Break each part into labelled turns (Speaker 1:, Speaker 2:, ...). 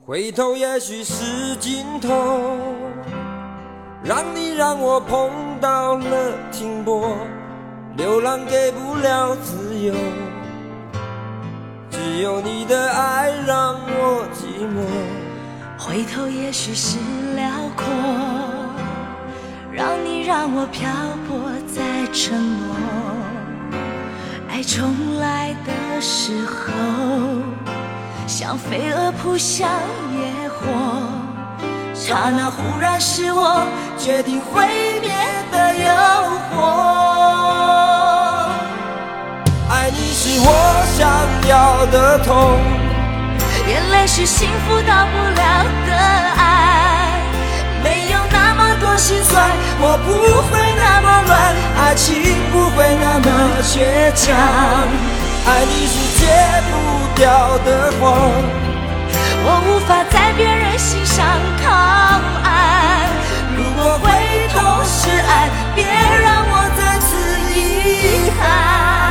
Speaker 1: 回头也许是尽头，让我碰到了停泊，流浪给不了自由，只有你的爱让我寂寞。
Speaker 2: 回头也许是辽阔，让我漂泊在承诺，爱重来的时候，像飞蛾扑向野火，刹那忽然是我决定毁灭的诱惑。
Speaker 1: 爱你是我想要的痛，
Speaker 2: 眼泪是幸福到不了的爱，没有那么多心酸，我不会那么乱，爱情不会那么倔强。
Speaker 1: 爱你是戒不掉的谎，
Speaker 2: 我无法在别人心上靠岸。如果回头是爱，别让我再次遗憾。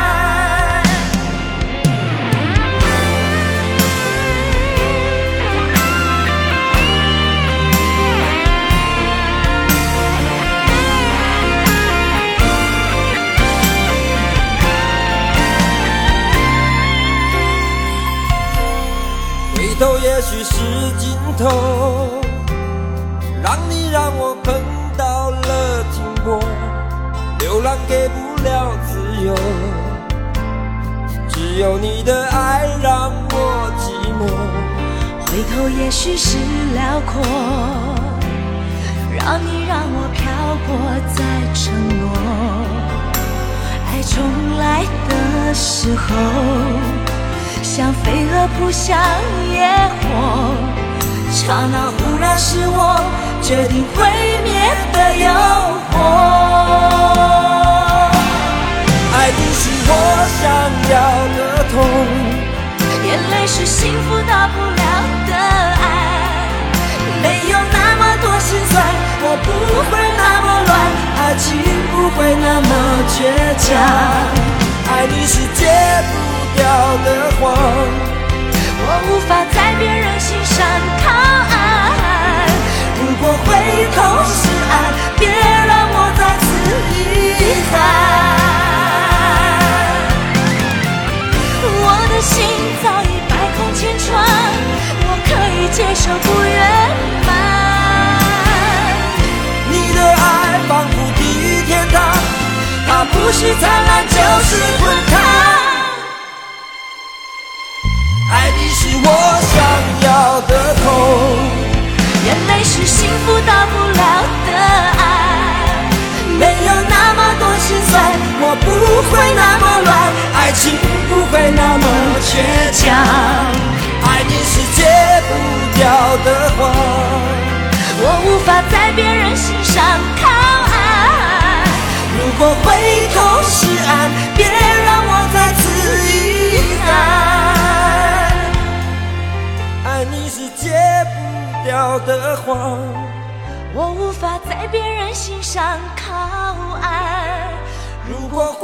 Speaker 1: 回头也许是尽头，让我碰到了停泊，流浪给不了自由，只有你的爱让我寂寞。
Speaker 2: 回头也许是辽阔，让我漂泊在承诺，爱重来的时候，像飞蛾扑向野火，刹那忽然是我决定毁灭的诱惑。
Speaker 1: 爱你是我想要的痛，
Speaker 2: 眼泪是幸福到不了的爱，没有那么多心酸，我不会那么乱，爱情不会那么倔强。
Speaker 1: 爱你是戒不掉的谎，
Speaker 2: 我无法在别人心上靠岸。如果回头是爱，别让我再次遗憾。我的心早已百孔千疮，我可以接受不圆满。
Speaker 1: 你的爱仿佛地狱天堂，它不是灿烂就是滚烫。爱你是我想要的痛，
Speaker 2: 眼泪是幸福到不了的爱，没有那么多心酸，我不会那么乱，
Speaker 1: 爱情不会那么倔强。爱你是戒不掉的谎，
Speaker 2: 我无法在别人心上靠岸。如果回头是岸，别让我再次遗憾。
Speaker 1: 爱你是戒不掉的谎，
Speaker 2: 我无法在别人心上靠岸。
Speaker 1: 如果